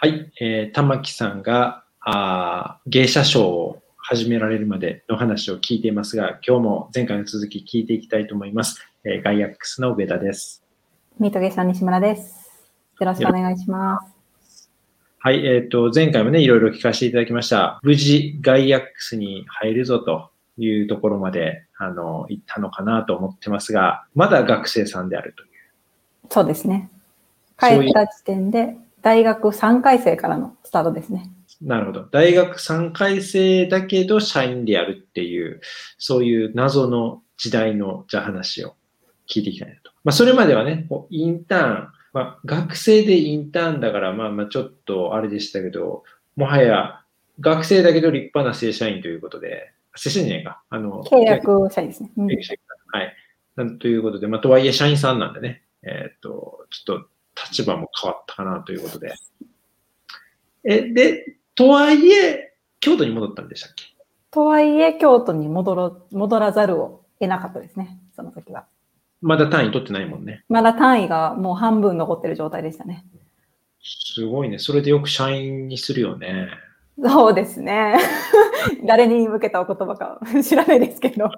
はい、玉木さんが芸者賞を始められるまでの話を聞いていますが、今日も前回の続き聞いていきたいと思います。ガイアックスの上田です。 ミートゲスト西村です。よろしくお願いします。 はい、前回もね、いろいろ聞かせていただきました。無事ガイアックスに入るぞというところまで行ったのかなと思ってますが、まだ学生さんであるという。 そうですね。帰った時点で大学3回生からのスタートですね。 なるほど。大学3回生だけど社員であるっていう、そういう謎の時代のじゃあ話を聞いていきたいなと。まあそれまではね、インターン、まあ学生でインターンだからまあちょっとあれでしたけど、もはや学生だけど立派な正社員ということで、正社員じゃないか。 契約社員ですね。 はい。ということで、まあとはいえ社員さんなんでね、ちょっと立場も変わったかなということで。で、とはいえ、京都に戻ったんでしたっけ？ とはいえ、京都に戻らざるを得なかったですね、その時は。 まだ単位取ってないもんね。 まだ単位がもう半分残ってる状態でしたね。 すごいね。それでよく社員にするよね。 そうですね。誰に向けたお言葉か知らないですけど。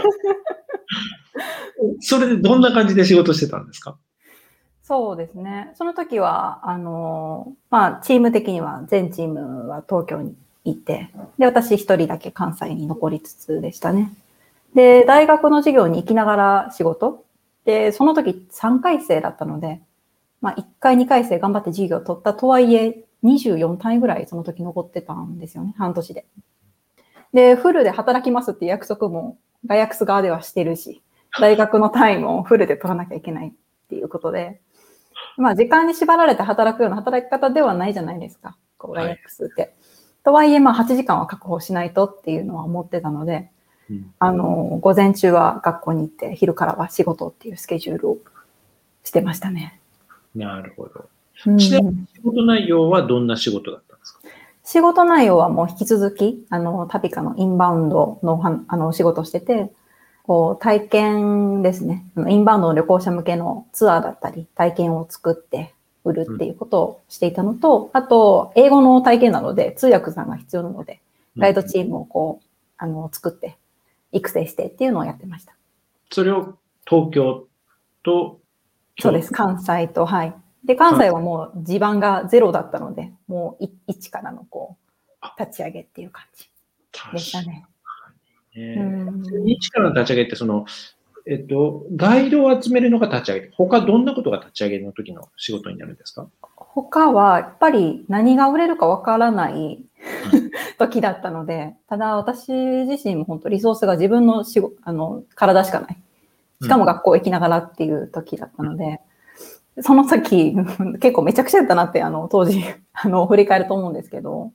それでどんな感じで仕事してたんですか？ そうですね。その時は、まあ、チーム的には、全チームは東京にいて、で、私一人だけ関西に残りつつでしたね。で、大学の授業に行きながら仕事で、その時3回生だったので、まあ、1回、2回生頑張って授業を取ったとはいえ、24単位ぐらいその時残ってたんですよね、半年で。で、フルで働きますっていう約束も、大学側ではしてるし、大学の単位もフルで取らなきゃいけないっていうことで、まあ、時間に縛られて働くような働き方ではないじゃないですか、ガイアックスって。はい、とはいえ、まあ、8時間は確保しないとっていうのは思ってたので、午前中は学校に行って、昼からは仕事っていうスケジュールをしてましたね。 なるほど。ちなみに仕事内容はどんな仕事だったんですか？ 仕事内容はもう引き続き、タピカのインバウンドの仕事をしてて、こう体験ですね。インバウンドの旅行者向けのツアーだったり、体験を作って売るっていうことをしていたのと、あと、英語の体験なので、通訳さんが必要なので、ガイドチームをこう、作って、育成してっていうのをやってました。 それを東京とそうです。関西と、はい。で、関西はもう地盤がゼロだったので、もう一からのこう、立ち上げっていう感じでしたね。 一からの立ち上げって、ガイドを集めるのが立ち上げ。他どんなことが立ち上げの時の仕事になるんですか？ 他は、やっぱり何が売れるかわからない時だったので、ただ私自身も本当リソースが自分の体しかない。しかも学校行きながらっていう時だったので、その時、結構めちゃくちゃだったなって、当時、振り返ると思うんですけど、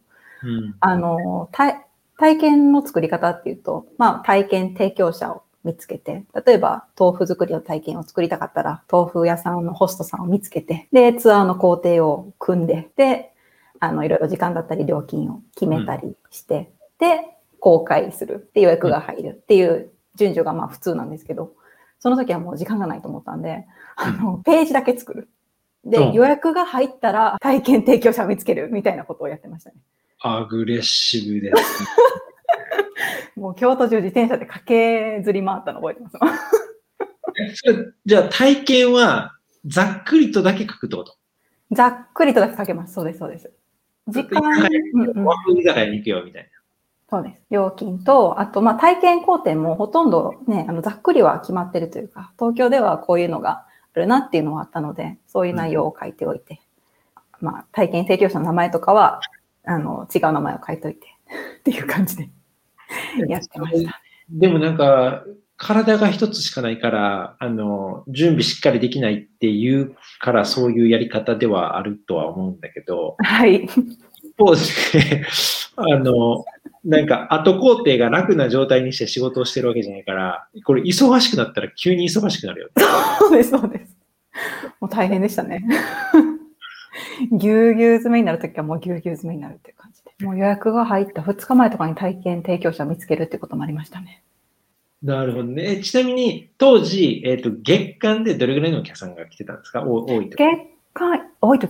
体験の作り方っていうと、まあ、体験提供者を見つけて、例えば豆腐作りの体験を作りたかったら、豆腐屋さんのホストさんを見つけて、で、ツアーの工程を組んで、で、いろいろ時間だったり料金を決めたりして、で、公開するって予約が入るっていう順序がまあ普通なんですけど、その時はもう時間がないと思ったんで、ページだけ作る。で、予約が入ったら体験提供者を見つけるみたいなことをやってましたね。 アグレッシブです、ね。 もう京都中自転車で駆けずり回ったの覚えてます。 じゃあ体験はざっくりとだけ書くってこと？ ざっくりとだけ書けます。そうです、そうです。時間、 和風居酒屋に行くよみたいな。 そうです。料金と、あと、まあ、体験工程もほとんどね、ざっくりは決まってるというか、東京ではこういうのがあるなっていうのはあったので、そういう内容を書いておいて、まあ、体験提供者の名前とかは、違う名前を書いておいて、っていう感じでやってました。 でもなんか、体が一つしかないから、準備しっかりできないっていうから、そういうやり方ではあるとは思うんだけど、 はい。 一方で、なんか後工程が楽な状態にして仕事をしてるわけじゃないから、これ忙しくなったら急に忙しくなるよね。 そうです、そうです。もう大変でしたね。ぎゅうぎゅう詰めになるときはもうぎゅうぎゅう詰めになるっていう感じで。もう予約が入った2日前とかに体験提供者を見つけるってこともありましたね。 なるほどね。ちなみに、当時、月間でどれぐらいのお客さんが来てたんですか？多い時。 月間、多い時。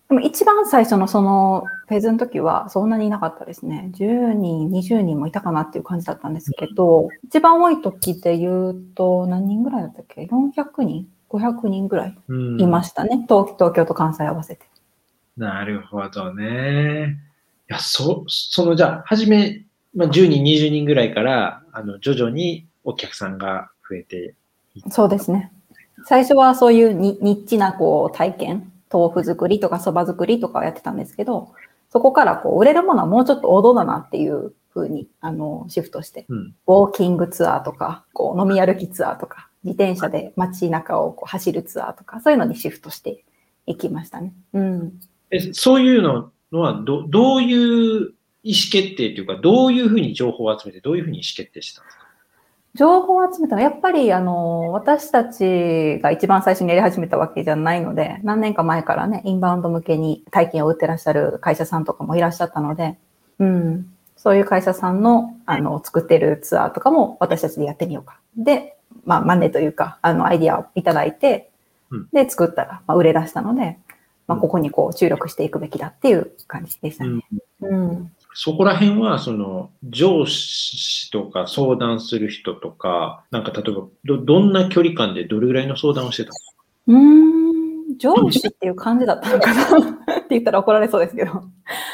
でも一番最初のそのフェーズの時はそんなにいなかったですね。10人、20人もいたかなっていう感じだったんですけど、一番多い時で言うと何人ぐらいだったっけ ?400 人 ?500 人ぐらいいましたね。東京と関西合わせて。 なるほどね。いや、じゃあ、初め、10人、20人ぐらいから、徐々にお客さんが増えていった。 そうですね。最初はそういうニッチなこう体験、豆腐作りとかそば作りとかをやってたんですけど、そこからこう売れるものはもうちょっと王道だなっていう風にシフトして、ウォーキングツアーとか、こう飲み歩きツアーとか、自転車で街中をこう走るツアーとか、そういうのにシフトしていきましたね。うん。 そういうのはどういう意思決定というか、どういうふうに情報を集めて、どういうふうに意思決定したんですか？ 情報を集めたのは、やっぱり私たちが一番最初にやり始めたわけじゃないので、何年か前からね、インバウンド向けに体験を売ってらっしゃる会社さんとかもいらっしゃったので、うん、そういう会社さんの作ってるツアーとかも私たちでやってみようか。で、マネというか、アイディアをいただいて、で、作ったら、売れ出したので、ここにこう注力していくべきだっていう感じでしたね。 そこら辺は、上司とか相談する人とか、なんか例えば、どんな距離感でどれぐらいの相談をしてたの？上司っていう感じだったのかなって言ったら怒られそうですけど。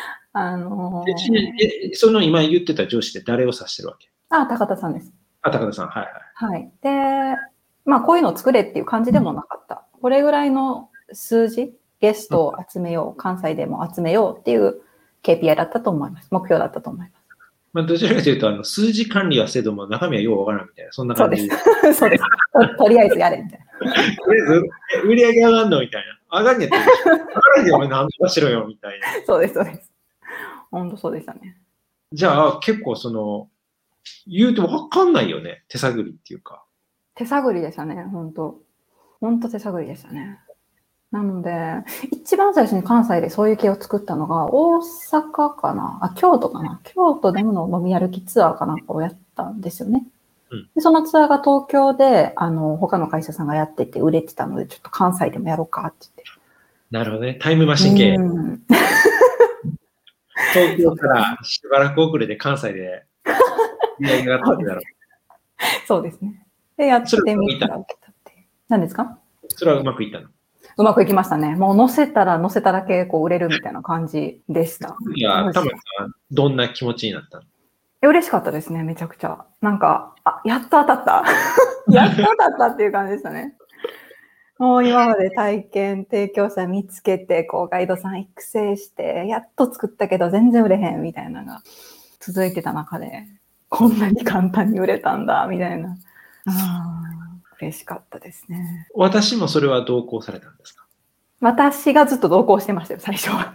今言ってた上司って誰を指してるわけ？ 高田さんです。 高田さん、はいはい。はい。で、こういうのを作れっていう感じでもなかった。これぐらいの数字、ゲストを集めよう、関西でも集めようっていう KPI だったと思います。目標だったと思います。 どちらかというと、数字管理はせども、中身はようわからんみたいな、そんな感じ。 そうです。そうです。とりあえずやれ、みたいな。 とりあえず、売り上げ上がんのみたいな。上がんねえって。上がらんでお前何とかしろよ、みたいな。 そうです、そうです。本当そうでしたね。 じゃあ、結構言うてわかんないよね。手探りっていうか。 手探りでしたね、本当手探りでしたね。なので、一番最初に関西でそういう系を作ったのが、大阪かな京都かな京都での飲み歩きツアーかなんかをやったんですよね。でそのツアーが東京で、他の会社さんがやってて売れてたので、ちょっと関西でもやろうかって言って。 なるほどね。タイムマシン系。東京からしばらく遅れで関西で売り上げが上がっただろう。 そうですね。で、やってみたら受けたって。何ですか？ それはうまくいったの？ うまくいきましたね。もう載せたら載せただけこう売れるみたいな感じでした。 いや、たまさん、どんな気持ちになったの？ 嬉しかったですね、めちゃくちゃ。なんか、やっと当たった。やっと当たったっていう感じでしたね。もう今まで体験提供者見つけて、こうガイドさん育成して、やっと作ったけど全然売れへんみたいなのが続いてた中で、こんなに簡単に売れたんだ、みたいな。嬉しかったですね。 私もそれは同行されたんですか？ 私がずっと同行してましたよ、最初は。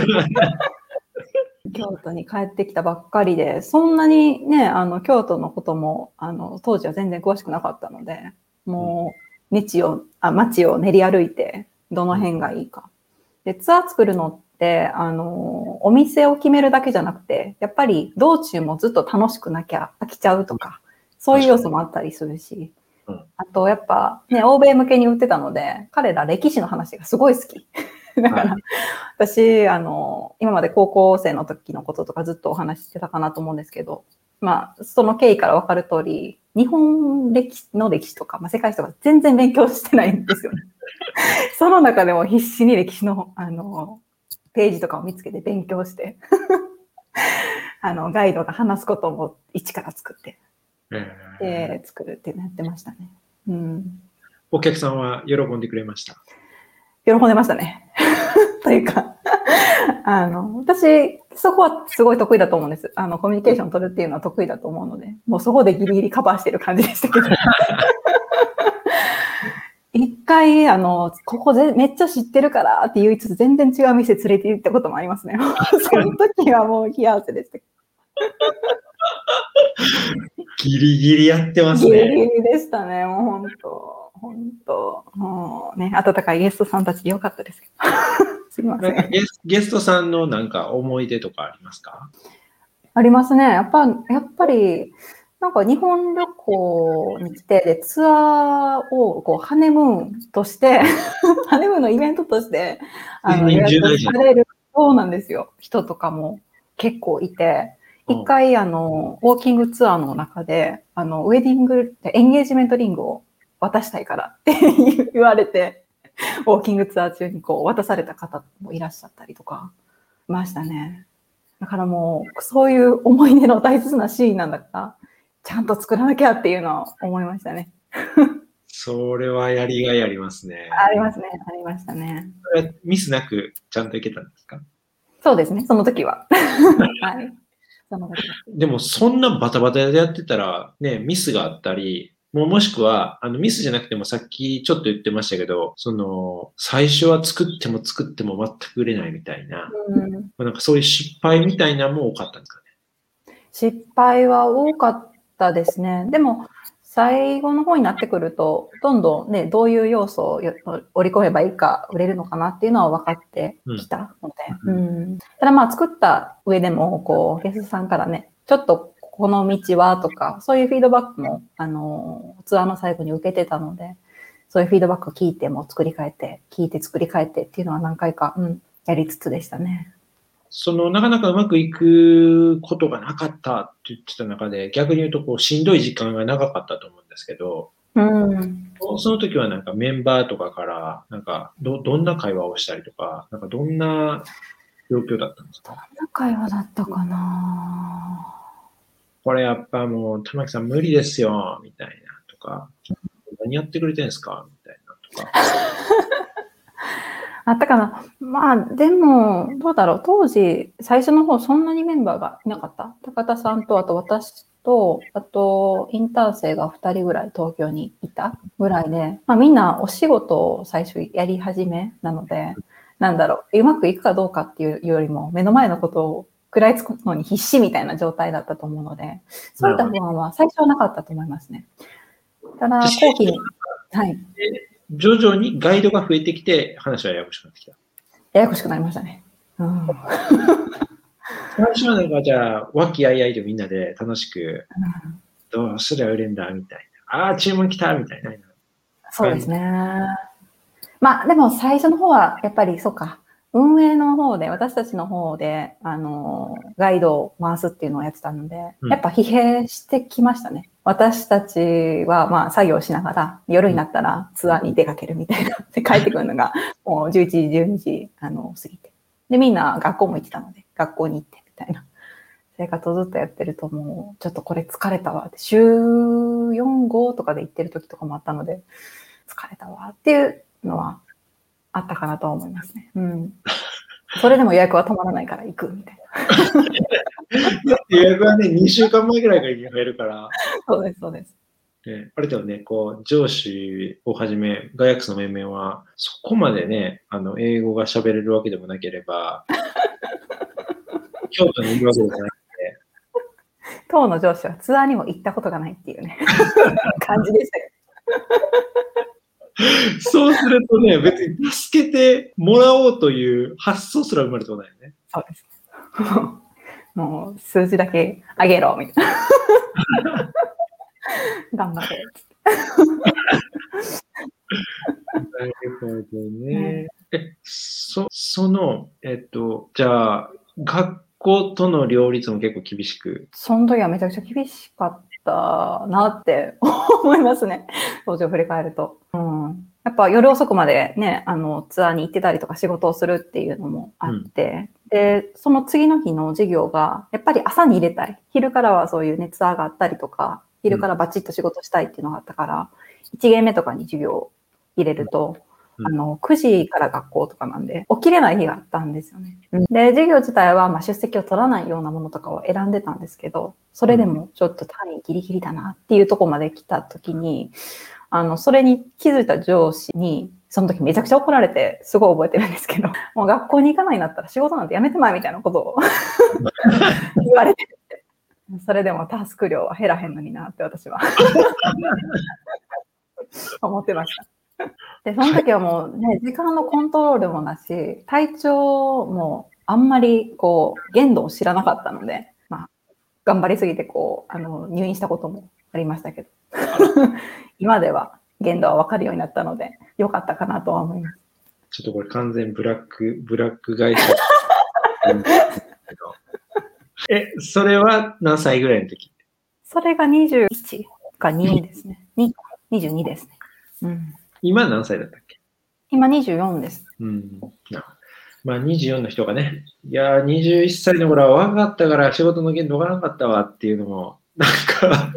京都に帰ってきたばっかりで、そんなにね、京都のことも、当時は全然詳しくなかったので、もう、街を練り歩いて、どの辺がいいか。で、ツアー作るのって、お店を決めるだけじゃなくて、やっぱり道中もずっと楽しくなきゃ飽きちゃうとか、そういう要素もあったりするし、あとやっぱね、欧米向けに売ってたので、彼ら歴史の話がすごい好き。だから、私、今まで高校生の時のこととかずっとお話ししてたかなと思うんですけど、その経緯から分かる通り、日本の歴史とか、世界史とか全然勉強してないんですよね。その中でも必死に歴史の、ページとかを見つけて勉強して、ガイドが話すことも一から作って、作るってなってましたね。 お客さんは喜んでくれました？ 喜んでましたね。というか、私、そこはすごい得意だと思うんです。コミュニケーション取るっていうのは得意だと思うので、もうそこでギリギリカバーしてる感じでしたけど。一回、ここめっちゃ知ってるからって言いつつ、全然違う店連れて行ったこともありますね。その時はもう冷や汗でした。 ギリギリやってますね。 ギリギリでしたね、もう本当、もうね、温かいゲストさんたちでよかったですけど。すみません。 ゲストさんのなんか思い出とかありますか？ ありますね。やっぱり、 なんか日本旅行に来て、でツアーをこうハネムーンとして、ハネムーンのイベントとして、予約される、そうなんですよ。人とかも結構いて、一回、ウォーキングツアーの中で、ウェディング、エンゲージメントリングを渡したいからって言われて、ウォーキングツアー中にこう渡された方もいらっしゃったりとか、いましたね。だからもう、そういう思い出の大切なシーンなんだから、ちゃんと作らなきゃっていうのは思いましたね。 それはやりがいありますね。 ありますね。ありましたね。 ミスなくちゃんといけたんですか？ そうですね、その時は。はい。その時は。 でも、そんなバタバタでやってたら、ね、ミスがあったり、もしくは、ミスじゃなくてもさっきちょっと言ってましたけど、最初は作っても作っても全く売れないみたいな、なんかそういう失敗みたいなのも多かったんですかね。 失敗は多かったですね。でも、最後の方になってくると、どんどんね、どういう要素を織り込めばいいか、売れるのかなっていうのは分かってきたので。ただまあ、作った上でも、こう、ゲストさんからね、ちょっとこの道はとか、そういうフィードバックも、ツアーの最後に受けてたので、そういうフィードバックを聞いても作り変えて、聞いて作り変えてっていうのは何回か、やりつつでしたね。 なかなかうまくいくことがなかったって言ってた中で、逆に言うと、しんどい時間が長かったと思うんですけど、その時はなんかメンバーとかから、なんかどんな会話をしたりとか、なんかどんな状況だったんですか？ どんな会話だったかな。 これやっぱもう、玉木さん無理ですよ、みたいなとか、何やってくれてんすかみたいなとか。 あったかな。まあ、でも、どうだろう。当時、最初の方、そんなにメンバーがいなかった。高田さんと、あと私と、あと、インターン生が2人ぐらい東京にいたぐらいで、まあみんなお仕事を最初やり始めなので、なんだろう。うまくいくかどうかっていうよりも、目の前のことを食らいつくのに必死みたいな状態だったと思うので、そういった不安は最初はなかったと思いますね。ただ、後期に、はい。 徐々にガイドが増えてきて、話はややこしくなってきた。 ややこしくなりましたね。 最初はなんか、じゃあ、和気あいあいでみんなで楽しく、どうすりゃ売れんだみたいな。ああ、注文来たみたいな。 そうですね。まあ、でも最初の方は、やっぱりそうか。運営の方で、私たちの方で、ガイドを回すっていうのをやってたので、やっぱ疲弊してきましたね。私たちは、まあ、作業しながら、夜になったらツアーに出かけるみたいな。で、帰ってくるのが、もう11時、12時、過ぎて。で、みんな学校も行ってたので、学校に行ってみたいな。生活をずっとやってると、もう、ちょっとこれ疲れたわって、週4、5とかで行ってる時とかもあったので、疲れたわっていうのはあったかなとは思いますね。それでも予約は止まらないから行くみたいな。予約はね、2週間前ぐらいから増えるから。 そうです、そうです。 あれでもね、上司をはじめ、ガイアックスの面々は、そこまでね、英語が喋れるわけでもなければ、京都にいるわけじゃなくて。 当の上司はツアーにも行ったことがないっていうね、感じでしたよ。 そうするとね、別に助けてもらおうという発想すら生まれてこないよね。 そうです。もう数字だけ上げろみたいな。頑張れ。 なるほどね。じゃあ、学校との両立も結構厳しく。 その時はめちゃくちゃ厳しかったなって思いますね。当時を振り返ると。やっぱ夜遅くまでね、ツアーに行ってたりとか仕事をするっていうのもあって、で、その次の日の授業が、やっぱり朝に入れたい。昼からはそういうね、ツアーがあったりとか、昼からバチッと仕事したいっていうのがあったから、1限目とかに授業を入れると、9時から学校とかなんで、起きれない日があったんですよね。で、授業自体はまあ出席を取らないようなものとかを選んでたんですけど、それでもちょっと単位ギリギリだなっていうところまで来た時に、それに気づいた上司に、その時めちゃくちゃ怒られて、すごい覚えてるんですけど、もう学校に行かないんだったら仕事なんてやめてまいみたいなことを言われてて、それでもタスク量は減らへんのになって私は思ってました。で、その時はもうね、時間のコントロールもなし、体調もあんまりこう、限度を知らなかったので、まあ、 頑張りすぎてこう入院したこともありましたけど今では限度は分かるようになったので良かったかなとは思います。 ちょっとこれ完全ブラック会社。それは何歳ぐらいの時？ それが21か2ですね。22ですね。うん、 今何歳だったっけ？ 今24です。 うん。まあ24の人がね、いやー21歳の頃は若かったから仕事の限度がなかったわっていうのも、なんか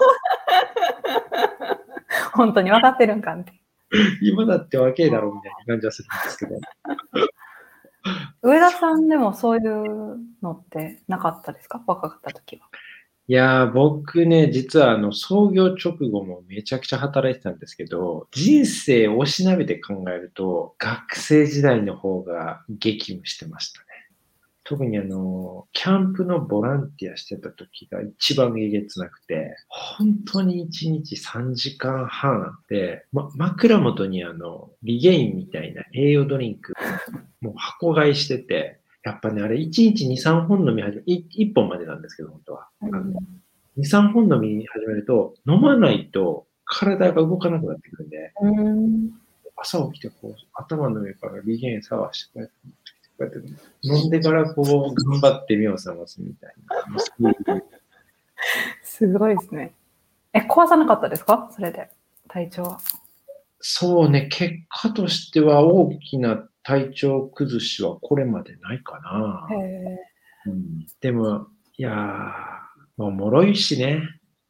本当に分かってるんかって。 今だって若えだろうみたいな感じはするんですけど。 上田さんでもそういうのってなかったですか？若かった時は。 いやー、僕ね、実は創業直後もめちゃくちゃ働いてたんですけど、人生をおしなべて考えると、学生時代の方が激務してましたね。特にキャンプのボランティアしてた時が一番えげつなくて、本当に1日3時間半で、枕元にリゲインみたいな栄養ドリンク、もう箱買いしてて、やっぱね、あれ1日2、3本飲み始め、1本までなんですけど、本当は。2、3本飲み始めると、飲まないと体が動かなくなってくるんで、朝起きてこう、頭の上からリゲインサワーして、こうやって飲んでからこう、頑張って目を覚ますみたいな。 すごいですね。壊さなかったですか？それで、体調は。 そうね、結果としては大きな体調崩しはこれまでないかな。でも、いやー、もろいしね。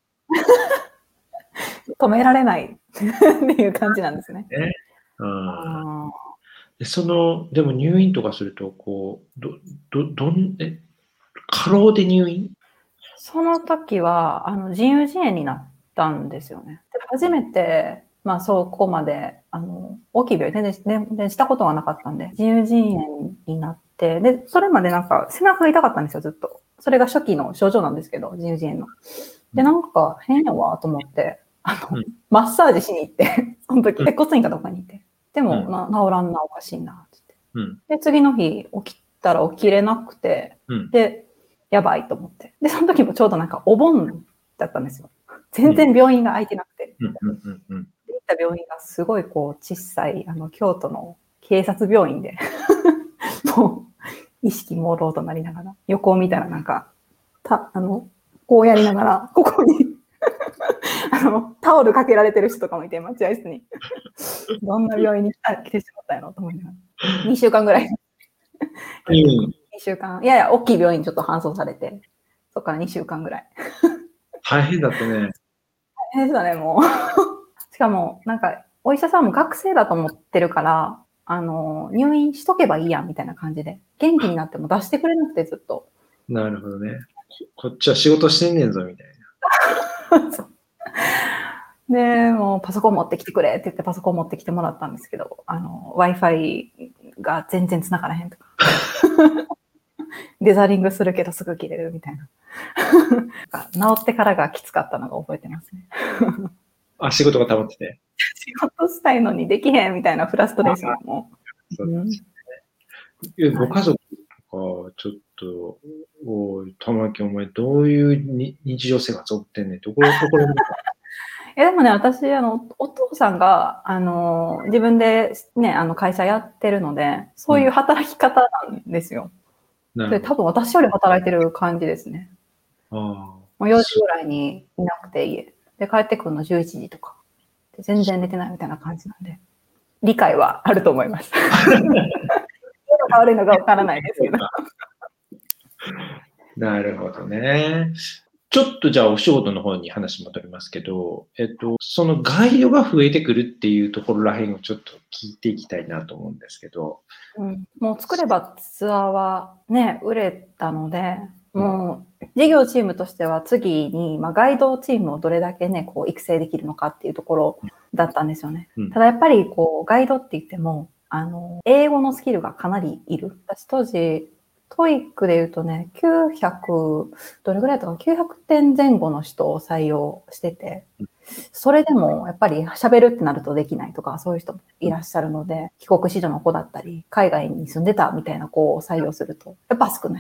止められないっていう感じなんですね。 ででも入院とかすると、こう、過労で入院？ その時は、腎盂腎炎になったんですよね。で初めて、まあ、そこまで、大きい病院、全然したことがなかったんで、腎盂腎炎になって、で、それまでなんか、背中が痛かったんですよ、ずっと。それが初期の症状なんですけど、腎盂腎炎の。で、なんか、変やわ、と思って、マッサージしに行って、その時、接骨院かどっかに行って。でも、治らんな、おかしいな、って。で、次の日、起きたら起きれなくて、で、やばいと思って。で、その時もちょうどなんかお盆だったんですよ。全然病院が空いてなくて。で、行った病院がすごいこう小さい、京都の警察病院で、もう意識朦朧となりながら、横を見たらなんか、こうやりながら、ここにタオルかけられてる人とかもいて、待合室に。どんな病院に来てしまったんやろと思いながら。2週間ぐらい。2週間。いやいや、大きい病院にちょっと搬送されて、そこから2週間ぐらい。 大変だったね。 大変でしたね、もう。しかも、なんか、お医者さんも学生だと思ってるから、入院しとけばいいや、みたいな感じで。元気になっても出してくれなくて、ずっと。 なるほどね。こっちは仕事してんねんぞ、みたいな。 で、もうパソコン持ってきてくれって言ってパソコン持ってきてもらったんですけど、Wi-Fi が全然繋がらへんとか。デザリングするけどすぐ切れるみたいな。治ってからがきつかったのが覚えてますね。 仕事が溜まってて。 仕事したいのにできへんみたいなフラストレーションも。 ご家族とか、ちょっと、おい、玉木お前どういう日常生活を送ってんねんって怒られるのか。 でもね、私、お父さんが、自分でね、会社やってるので、そういう働き方なんですよ。で多分私より働いてる感じですね。もう4時ぐらいにいなくて家。で、帰ってくるの11時とか。で全然寝てないみたいな感じなんで、理解はあると思います。いいのか悪いのかわからないですけど。 なるほどね。ちょっとじゃあお仕事の方に話戻りますけど、そのガイドが増えてくるっていうところらへんをちょっと聞いていきたいなと思うんですけど。 もう作ればツアーはね、売れたので、もう事業チームとしては次に、ガイドチームをどれだけね、こう育成できるのかっていうところだったんですよね。ただやっぱりこうガイドって言っても、英語のスキルがかなりいる。私当時、トイックで言うとね、どれぐらいだったかな、900点前後の人を採用してて、それでもやっぱり喋るってなるとできないとか、そういう人もいらっしゃるので、帰国子女の子だったり、海外に住んでたみたいな子を採用すると、やっぱ少ない。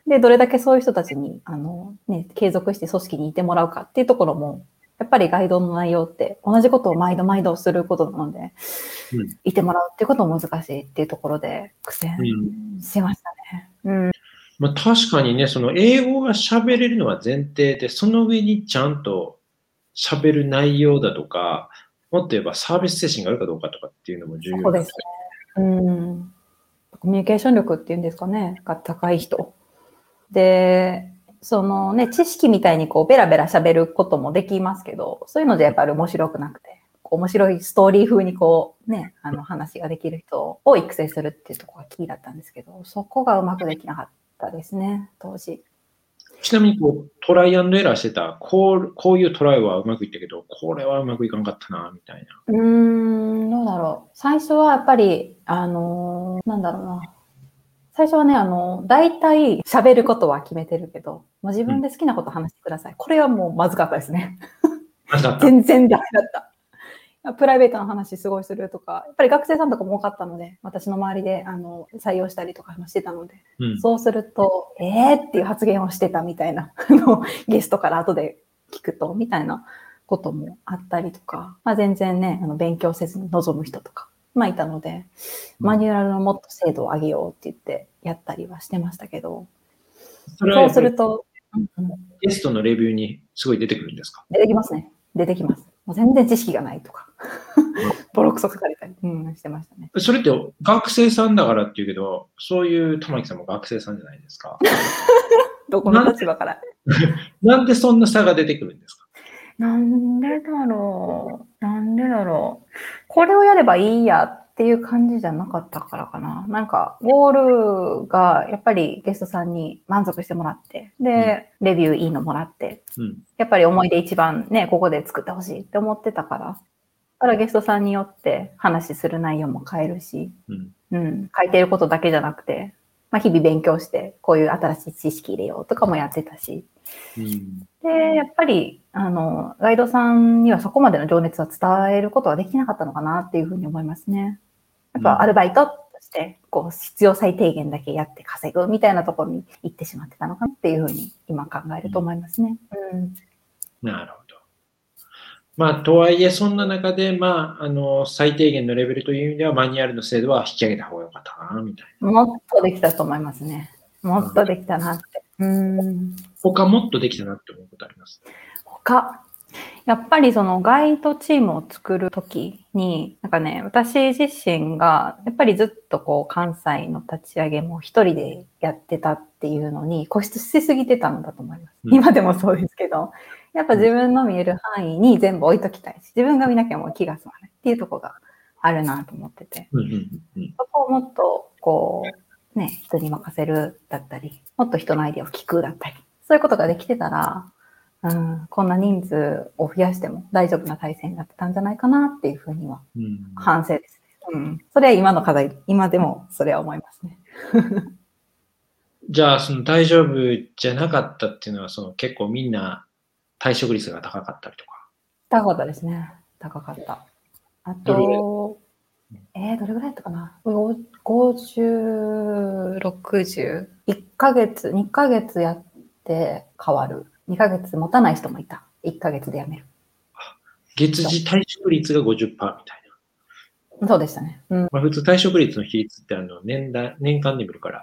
で、どれだけそういう人たちに、継続して組織にいてもらうかっていうところも、やっぱりガイドの内容って同じことを毎度毎度することなので、いてもらうっていうことも難しいっていうところで苦戦しましたね。 まあ、確かにね、その英語が喋れるのは前提で、その上にちゃんと喋る内容だとか、もっと言えばサービス精神があるかどうかとかっていうのも重要そうですね。コミュニケーション力っていうんですかね、が高い人。で、そのね、知識みたいにこうベラベラ喋ることもできますけど、そういうのでやっぱり面白くなくて、面白いストーリー風にこうね、話ができる人を育成するっていうところがキーだったんですけど、そこがうまくできなかったですね、当時。 ちなみにこうトライアンドエラーしてた、こういうトライはうまくいったけど、これはうまくいかんかったな、みたいな。 どうだろう。最初はやっぱり、なんだろうな。最初はね、大体喋ることは決めてるけど、もう自分で好きなこと話してください。これはもうまずかったですね。全然ダメだった。プライベートの話すごいするとか、やっぱり学生さんとかも多かったので、私の周りで採用したりとかもしてたので、そうすると、っていう発言をしてたみたいな、ゲストから後で聞くと、みたいなこともあったりとか、まあ、全然ね、勉強せずに臨む人とか、まあいたので、マニュアルのもっと精度を上げようって言ってやったりはしてましたけど、そうすると、 ゲストのレビューにすごい出てくるんですか？ 出てきますね。出てきます。もう全然知識がないとか、ボロクソ書かれたり、してましたね。 それって学生さんだからっていうけど、そういう玉木さんも学生さんじゃないですか。 どこの立場から。 なんでそんな差が出てくるんですか？ なんでだろう。これをやればいいやっていう感じじゃなかったからかな。なんか、ゴールがやっぱりゲストさんに満足してもらって、で、レビューいいのもらって、やっぱり思い出一番ね、ここで作ってほしいって思ってたから、ゲストさんによって話する内容も変えるし、書いていることだけじゃなくて、まあ、日々勉強して、こういう新しい知識入れようとかもやってたし、で、やっぱり、ガイドさんにはそこまでの情熱は伝えることはできなかったのかなっていうふうに思いますね。やっぱアルバイトとして、こう、必要最低限だけやって稼ぐみたいなところに行ってしまってたのかなっていうふうに今考えると思いますね。 なるほど。まあ、とはいえ、そんな中で、まあ、最低限のレベルという意味では、マニュアルの精度は引き上げた方が良かったな、みたいな。 もっとできたと思いますね。もっとできたなって。 他もっとできたなって思うことあります？ やっぱりそのガイドチームを作るときに、なんかね、私自身がやっぱりずっとこう関西の立ち上げも一人でやってたっていうのに固執しすぎてたんだと思います。今でもそうですけど、やっぱ自分の見える範囲に全部置いときたいし、自分が見なきゃもう気が済まないっていうところがあるなと思ってて、そこをもっとこう、ね、人に任せるだったり、もっと人のアイデアを聞くだったり、そういうことができてたら、こんな人数を増やしても大丈夫な体制になってたんじゃないかなっていうふうには反省ですね。それは今の課題、今でもそれは思いますね。 じゃあ、その大丈夫じゃなかったっていうのは、その結構みんな退職率が高かったりとか。 高かったですね。高かった。あと、どれぐらいだったかな ?50、60。1ヶ月、2ヶ月やって変わる。2ヶ月持たない人もいた。1ヶ月で辞める。 月次退職率が 50% みたいな。そうでしたね。 まあ、普通退職率の比率って年間で見るから。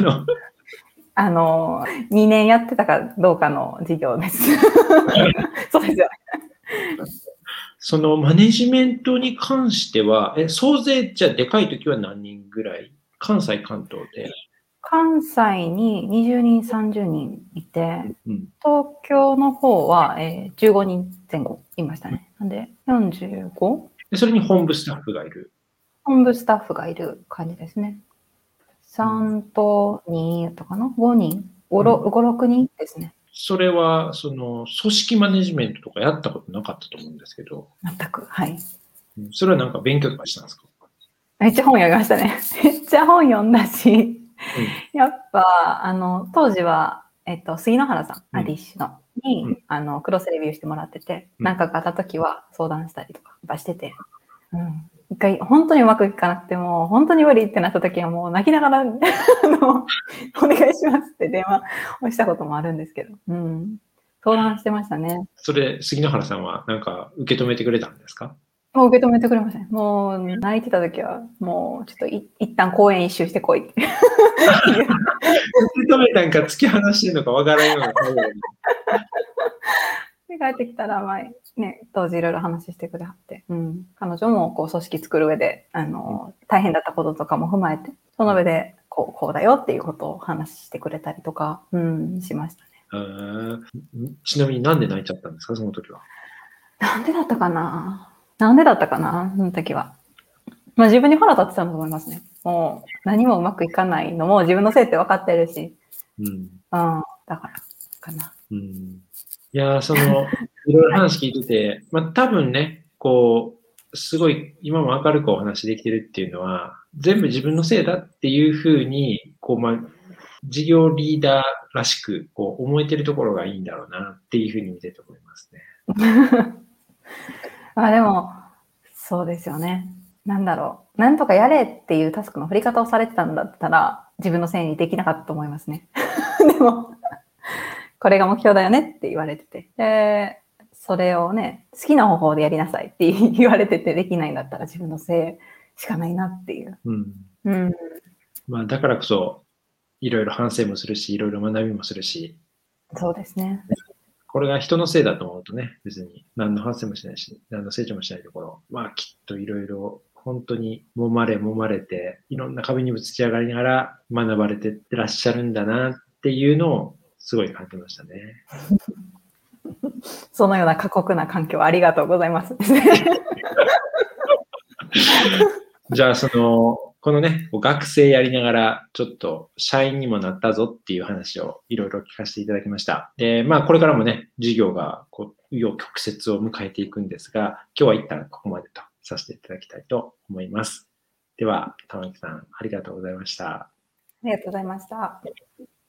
2年やってたかどうかの事業です。そうですよね。 そのマネジメントに関しては、総勢じゃあでかい時は何人ぐらい？関西、関東で。 関西に20人、30人いて、東京の方は、15人前後いましたね。なんで 45？ それに本部スタッフがいる。 本部スタッフがいる感じですね。3と2とかな ?5 人 ?5、6人ですね。 それは、その、組織マネジメントとかやったことなかったと思うんですけど。 全く、はい。 それはなんか勉強とかしたんですか？ めっちゃ本読みましたね。めっちゃ本読んだし、やっぱ、当時は、杉野原さん、アディッシュの、に、クロスレビューしてもらってて、なんかがあった時は相談したりとかしてて、 一回本当にうまくいかなくても、本当に無理ってなった時はもう泣きながら、お願いしますって電話をしたこともあるんですけど、うん。相談してましたね。 それ、杉野原さんはなんか受け止めてくれたんですか？ もう受け止めてくれましたね。もう泣いてた時は、もうちょっと一旦公園一周してこいって。 受け止めたんか突き放してるのかわからんような態度に。 で、帰ってきたら、まあ、ね、当時いろいろ話してくれはって、うん。彼女も、こう、組織作る上で、大変だったこととかも踏まえて、その上で、こうだよっていうことを話してくれたりとか、うん、しましたね。 ちなみになんで泣いちゃったんですか、その時は。 なんでだったかなその時は。まあ自分に腹立ってたんだと思いますね。もう、何もうまくいかないのも自分のせいって分かってるし、 うん。 うん、だからかな。 うん。いやー、いろいろ話聞いてて、まあ多分ね、こう、すごい今も明るくお話できてるっていうのは、全部自分のせいだっていうふうに、こう、まあ、事業リーダーらしく、こう、思えてるところがいいんだろうなっていうふうに見てて思いますね。 まあでも、そうですよね。なんだろう。なんとかやれっていうタスクの振り方をされてたんだったら、自分のせいにできなかったと思いますね。でも、これが目標だよねって言われてて。で、それをね、好きな方法でやりなさいって言われててできないんだったら自分のせいしかないなっていう。 うん。 うん。 まあだからこそ、いろいろ反省もするし、いろいろ学びもするし、 そうですね。 これが人のせいだと思うとね、別に何の反省もしないし、何の成長もしないところ、まあきっといろいろ本当に揉まれて、いろんな壁にぶつけ上がりながら学ばれてってらっしゃるんだなっていうのをすごい感じましたね。 そのような過酷な環境ありがとうございます。 じゃあこのね、学生やりながら、ちょっと社員にもなったぞっていう話をいろいろ聞かせていただきました。で、まあこれからもね、授業がこう、紆余曲折を迎えていくんですが、今日は一旦ここまでとさせていただきたいと思います。では、玉木さん、ありがとうございました。 ありがとうございました。